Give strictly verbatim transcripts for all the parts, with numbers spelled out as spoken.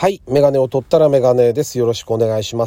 はい、メガネを取ったらメガネです。よろしくお願いします。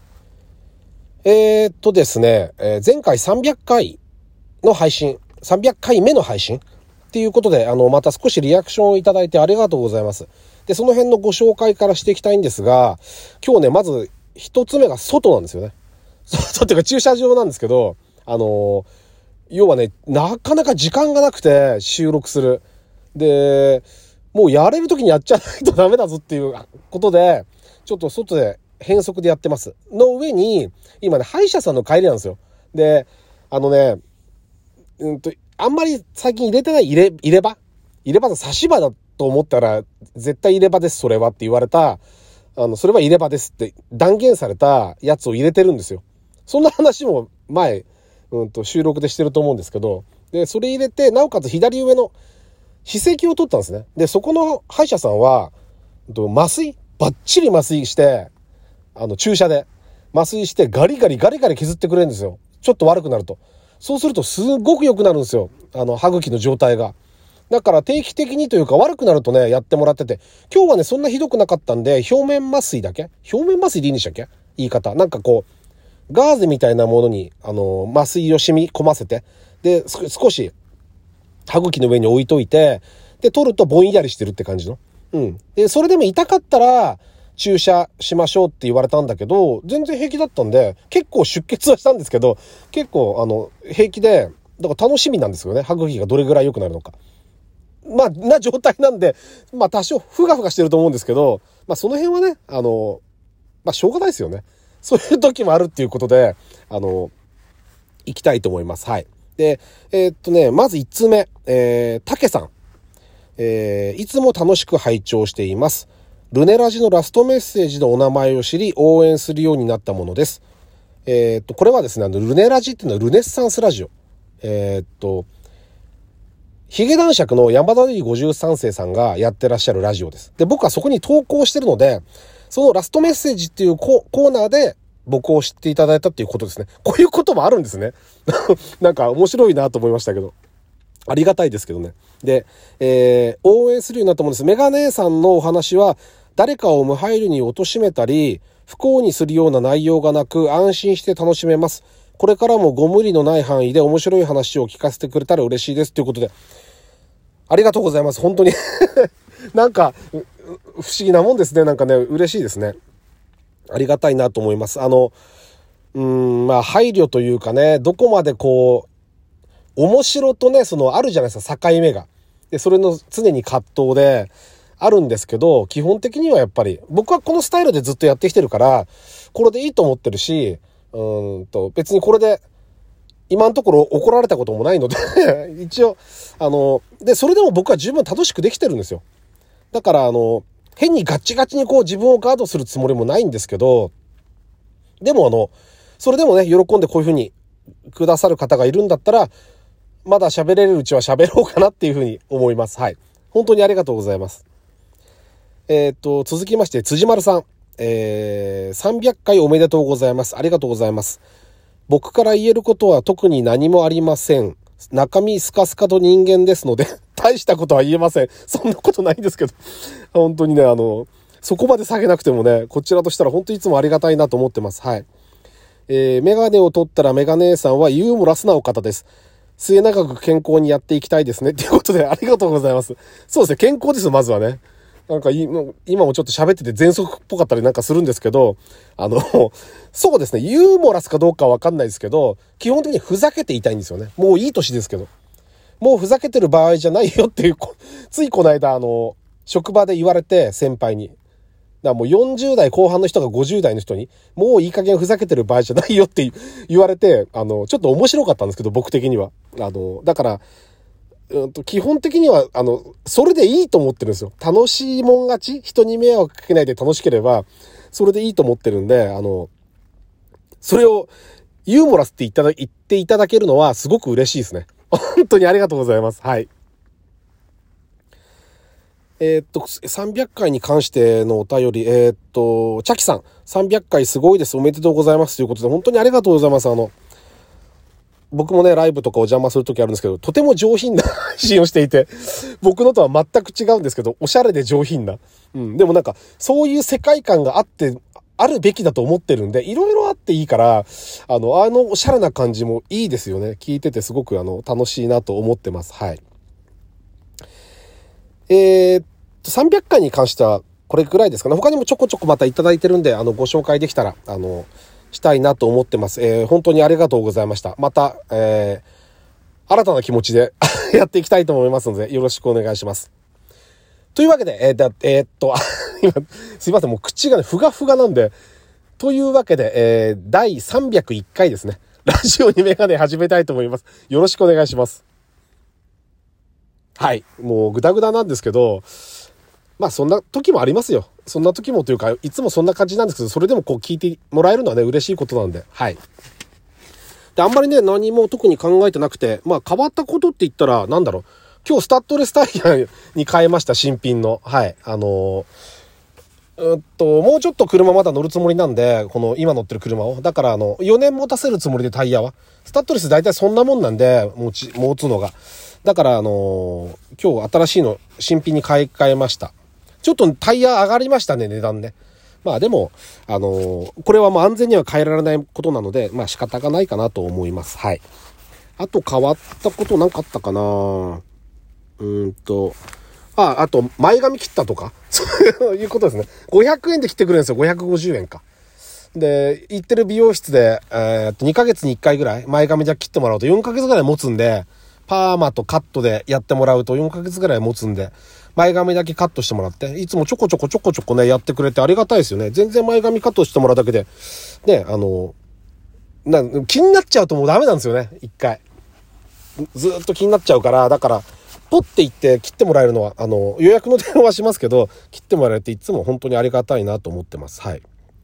えー、っとですね、えー、前回さんびゃっかいの配信、さんびゃっかいめの配信っていうことで、あの、また少しリアクションをいただいてありがとうございます。で、その辺のご紹介からしていきたいんですが、今日ね、まず一つ目が外なんですよね。外っていうか駐車場なんですけど、あのー、要はね、なかなか時間がなくて収録する。で、もうやれる時にやっちゃわないとダメだぞっていうことで、ちょっと外で変則でやってます。の上に、今ね、歯医者さんの帰りなんですよ。で、あのね、うんと、あんまり最近入れてない入れ、入れ歯入れ歯の差し歯だと思ったら、絶対入れ歯です、それはって言われた、あの、それは入れ歯ですって断言されたやつを入れてるんですよ。そんな話も前、うんと、収録でしてると思うんですけど、で、それ入れて、なおかつ左上の歯石を取ったんですね。で、そこの歯医者さんは、麻酔バッチリ麻酔して、あの、注射で麻酔してガリガリガリガリ削ってくれるんですよ。ちょっと悪くなると。そうするとすごく良くなるんですよ。あの、歯茎の状態が。だから定期的にというか悪くなるとね、やってもらってて、今日はね、そんなひどくなかったんで、表面麻酔だけ表面麻酔でいいんでしたっけ言い方。なんかこう、ガーゼみたいなものに、あの、麻酔を染み込ませて、で、少し、歯茎の上に置いといて、で、取るとぼんやりしてるって感じの。うん。で、それでも痛かったら、注射しましょうって言われたんだけど、全然平気だったんで、結構出血はしたんですけど、結構、あの、平気で、だから楽しみなんですよね。歯茎がどれぐらい良くなるのか。まあ、な状態なんで、まあ、多少ふがふがしてると思うんですけど、まあ、その辺はね、あの、まあ、しょうがないですよね。そういう時もあるっていうことで、あの、行きたいと思います。はい。で、えー、っとね、まずいつつめ、えー、たけさん。えー、いつも楽しく拝聴しています。ルネラジのラストメッセージのお名前を知り、応援するようになったものです。えー、っと、これはですね、あの、ルネラジっていうのはルネッサンスラジオ。えー、っと、ヒゲ男爵の山田ルイごじゅうさん世さんがやってらっしゃるラジオです。で、僕はそこに投稿してるので、そのラストメッセージっていうコーナーで僕を知っていただいたっていうことですね。こういうこともあるんですね。なんか面白いなと思いましたけど。ありがたいですけどね。で、えー、応援するようになったものです。メガネさんのお話は、誰かを無配慮に貶めたり、不幸にするような内容がなく、安心して楽しめます。これからもご無理のない範囲で面白い話を聞かせてくれたら嬉しいです。ということで、ありがとうございます。本当に。なんか、不思議なもんですね。なんかね、嬉しいですね。ありがたいなと思います。あの、うーん、まあ、配慮というかね、どこまでこう、面白とね、そのあるじゃないですか、境目が。で、それの常に葛藤であるんですけど、基本的にはやっぱり、僕はこのスタイルでずっとやってきてるから、これでいいと思ってるし、うーんと、別にこれで、今のところ怒られたこともないので、一応、あの、で、それでも僕は十分楽しくできてるんですよ。だから、あの、変にガッチガチにこう自分をガードするつもりもないんですけど、でもあの、それでもね、喜んでこういう風にくださる方がいるんだったら、まだ喋れるうちは喋ろうかなっていうふうに思います。はい。本当にありがとうございます。えー、っと、続きまして、辻丸さん。えー、さんびゃっかいおめでとうございます。ありがとうございます。僕から言えることは特に何もありません。中身スカスカと人間ですので、大したことは言えません。そんなことないんですけど。本当にね、あの、そこまで下げなくてもね、こちらとしたら本当にいつもありがたいなと思ってます。はい。えー、メガネを取ったらメガネさんはユーモラスなお方です。末永く健康にやっていきたいですね。ということで、ありがとうございます。そうですね、健康です、まずはね。なんか今もちょっと喋ってて喘息っぽかったりなんかするんですけど、あの、そうですね、ユーモラスかどうかはわかんないですけど、基本的にふざけていたいんですよね。もういい年ですけど。もうふざけてる場合じゃないよっていう、ついこの間、あの、職場で言われて、先輩に。だからもうよんじゅう代後半の人がごじゅう代の人に、もういい加減ふざけてる場合じゃないよって言われて、あの、ちょっと面白かったんですけど、僕的には。あの、だから、うんと、基本的には、あの、それでいいと思ってるんですよ。楽しいもん勝ち、人に迷惑かけないで楽しければ、それでいいと思ってるんで、あの、それをユーモラスって言っただ、言っていただけるのはすごく嬉しいですね。本当にありがとうございます。はい。えー、っと、さんびゃっかいに関してのお便り、えー、っと、チャキさん、さんびゃっかいすごいです。おめでとうございます。ということで、本当にありがとうございます。あの、 僕もね、ライブとかお邪魔するときあるんですけど、とても上品な配信をしていて、僕のとは全く違うんですけど、おしゃれで上品な。うん。でもなんか、そういう世界観があって、あるべきだと思ってるんで、いろいろあっていいから、あの、あのおしゃれな感じもいいですよね。聞いててすごくあの、楽しいなと思ってます。はい。えー、っと、さんびゃっかいに関しては、これくらいですかね。他にもちょこちょこまたいただいてるんで、あの、ご紹介できたら、あの、したいなと思ってます。えー、本当にありがとうございました。また、えー、新たな気持ちでやっていきたいと思いますので、よろしくお願いします。というわけで、えー、だ、えー、っと、今、すいません、もう口がね、ふがふがなんで、というわけで、えー、だいさんびゃくいっかいですね。ラジオにメガネ始めたいと思います。よろしくお願いします。はい。もうグダグダなんですけど、まあそんな時もありますよ。そんな時もというか、いつもそんな感じなんですけど、それでもこう聞いてもらえるのはね、嬉しいことなんで、はい。で、あんまりね、何も特に考えてなくて、まあ変わったことって言ったら、なんだろう。今日スタッドレスタイヤに変えました、新品の。はい。あのー、うっと、もうちょっと車まだ乗るつもりなんで、この今乗ってる車を。だからあの、よねん持たせるつもりでタイヤは。スタッドレス大体そんなもんなんで、持ち、持つのが。だからあのー、今日新しいの、新品に買い替えました。ちょっとタイヤ上がりましたね、値段ね。まあでも、あのー、これはもう安全には変えられないことなので、まあ仕方がないかなと思います。はい。あと変わったことなんかあったかなうーんと、あ、あと前髪切ったとかそういうことですね。ごひゃくえんで切ってくれるんですよ。ごひゃくごじゅうえんか。で、行ってる美容室で、えー、っとにかげつにいっかいぐらい前髪じゃ切ってもらうとよんかげつぐらい持つんで、パーマとカットでやってもらうとよんかげつぐらい持つんで、前髪だけカットしてもらって、いつもちょこちょこちょこちょこね、やってくれてありがたいですよね。全然前髪カットしてもらうだけで、ね、あの、な気になっちゃうともうダメなんですよね、一回。ずーっと気になっちゃうから、だから、ポッて行って切ってもらえるのは、あの、予約の電話しますけど、切ってもらえていつも本当にありがたいなと思ってます。はい。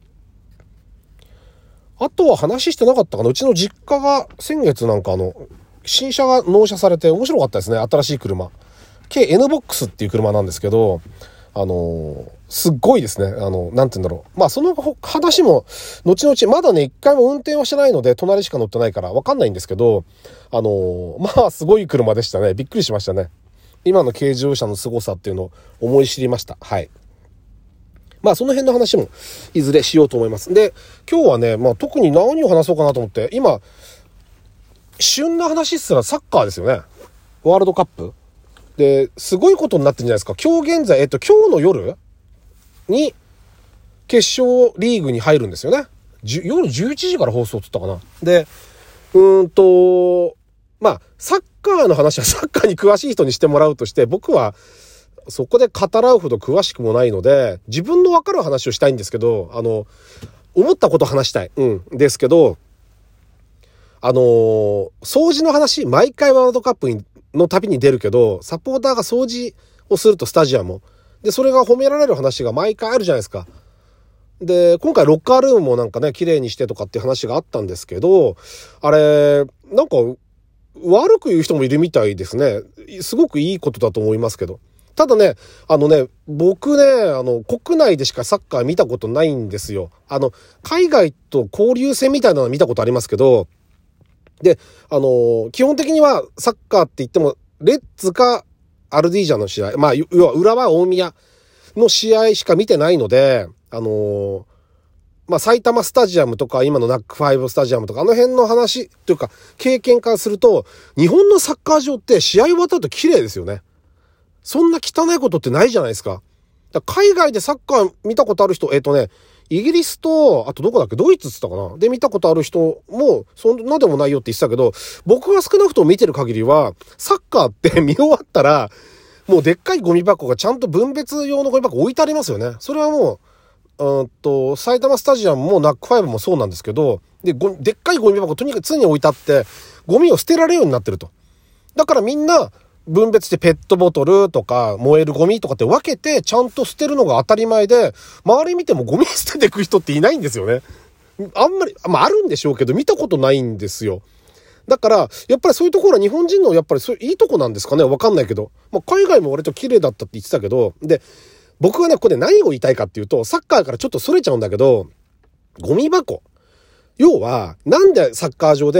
あとは話してなかったかな。うちの実家が先月なんかあの、新車が納車されて面白かったですね。新しい車。軽 N ボックスっていう車なんですけど、あのー、すっごいですね。あの、なんて言うんだろう。まあ、その話も、後々、まだね、一回も運転はしてないので、隣しか乗ってないからわかんないんですけど、あのー、まあ、すごい車でしたね。びっくりしましたね。今の軽自動車の凄さっていうのを思い知りました。はい。まあ、その辺の話も、いずれしようと思います。で、今日はね、まあ、特に何を話そうかなと思って、今、旬な話っすらサッカーですよね。ワールドカップで、すごいことになってるんじゃないですか。今日現在、えっと、今日の夜に決勝リーグに入るんですよね。夜じゅういちじから放送って言ったかな。で、うーんと、まあ、サッカーの話はサッカーに詳しい人にしてもらうとして、僕はそこで語らうほど詳しくもないので、自分の分かる話をしたいんですけど、あの、思ったこと話したい。うん。ですけど、あのー、掃除の話、毎回ワールドカップにの旅に出るけど、サポーターが掃除をするとスタジアムを。で、それが褒められる話が毎回あるじゃないですか。で、今回ロッカールームもなんかね、綺麗にしてとかっていう話があったんですけど、あれ、なんか、悪く言う人もいるみたいですね。すごくいいことだと思いますけど。ただね、あのね、僕ね、あの、国内でしかサッカー見たことないんですよ。あの、海外と交流戦みたいなのは見たことありますけど、で、あのー、基本的にはサッカーって言っても、レッズかアルディージャの試合、まあ、要は浦和大宮の試合しか見てないので、あのー、まあ、埼玉スタジアムとか、今のナックファイブスタジアムとか、あの辺の話というか、経験からすると、日本のサッカー場って試合終わった後綺麗ですよね。そんな汚いことってないじゃないですか。だから海外でサッカー見たことある人、えっとね、イギリスと、あとどこだっけドイツって言ったかなで見たことある人も、そんなでもないよって言ってたけど、僕が少なくとも見てる限りは、サッカーって見終わったら、もうでっかいゴミ箱がちゃんと分別用のゴミ箱置いてありますよね。それはもう、うんと、埼玉スタジアムもナックファイブもそうなんですけど、で、ごでっかいゴミ箱とにかく常に置いてあって、ゴミを捨てられるようになってると。だからみんな、分別してペットボトルとか燃えるゴミとかって分けてちゃんと捨てるのが当たり前で、周り見てもゴミ捨ててく人っていないんですよね。あんまり、まああるんでしょうけど見たことないんですよ。だから、やっぱりそういうところは日本人のやっぱりそういういいとこなんですかね。わかんないけど。まあ海外も割と綺麗だったって言ってたけど、で、僕はね、ここで何を言いたいかっていうと、サッカーからちょっとそれちゃうんだけど、ゴミ箱。要は、なんでサッカー場で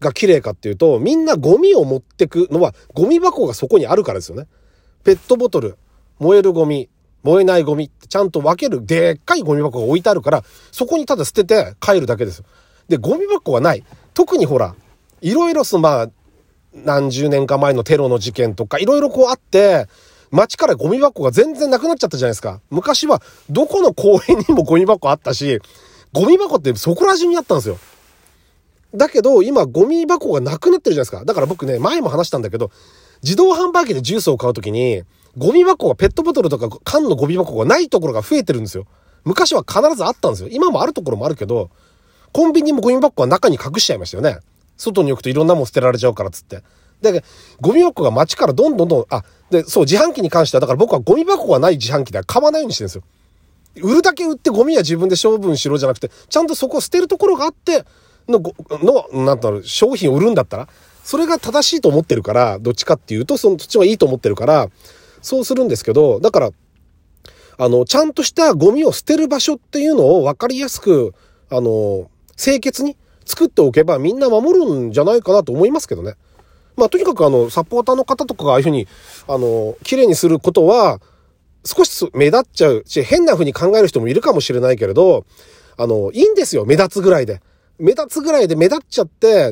が綺麗かっていうと、みんなゴミを持ってくのは、ゴミ箱がそこにあるからですよね。ペットボトル、燃えるゴミ、燃えないゴミってちゃんと分けるでっかいゴミ箱が置いてあるから、そこにただ捨てて帰るだけですよ。で、ゴミ箱はない。特にほら、いろいろそのまあ、何十年か前のテロの事件とか、いろいろこうあって、街からゴミ箱が全然なくなっちゃったじゃないですか。昔はどこの公園にもゴミ箱あったし、ゴミ箱ってそこら中にあったんですよ。だけど今ゴミ箱がなくなってるじゃないですか。だから僕ね、前も話したんだけど、自動販売機でジュースを買うときに、ゴミ箱がペットボトルとか缶のゴミ箱がないところが増えてるんですよ。昔は必ずあったんですよ。今もあるところもあるけど、コンビニもゴミ箱は中に隠しちゃいましたよね。外に置くといろんなもん捨てられちゃうからっつって。で、ゴミ箱が街からどんどんどん、あ、で、そう、自販機に関しては、だから僕はゴミ箱がない自販機では買わないようにしてるんですよ。売るだけ売ってゴミは自分で処分しろじゃなくて、ちゃんとそこを捨てるところがあって、の、の、なんだろう、商品を売るんだったら、それが正しいと思ってるから、どっちかっていうと、その、そっちはいいと思ってるから、そうするんですけど、だから、あの、ちゃんとしたゴミを捨てる場所っていうのを分かりやすく、あの、清潔に作っておけばみんな守るんじゃないかなと思いますけどね。まあ、とにかくあの、サポーターの方とかがああいうふうに、あの、綺麗にすることは、少し目立っちゃうし、変な風に考える人もいるかもしれないけれど、あの、いいんですよ、目立つぐらいで。目立つぐらいで目立っちゃって、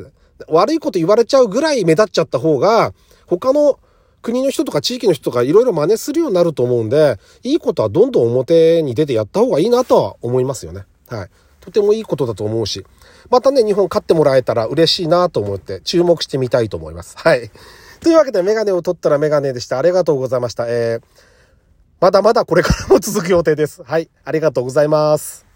悪いこと言われちゃうぐらい目立っちゃった方が、他の国の人とか地域の人とかいろいろ真似するようになると思うんで、いいことはどんどん表に出てやった方がいいなとは思いますよね。はい。とてもいいことだと思うし、またね、日本勝ってもらえたら嬉しいなと思って注目してみたいと思います。はい。というわけで、メガネを取ったらメガネでした。ありがとうございました。えー、まだまだこれからも続く予定です。はい。ありがとうございます。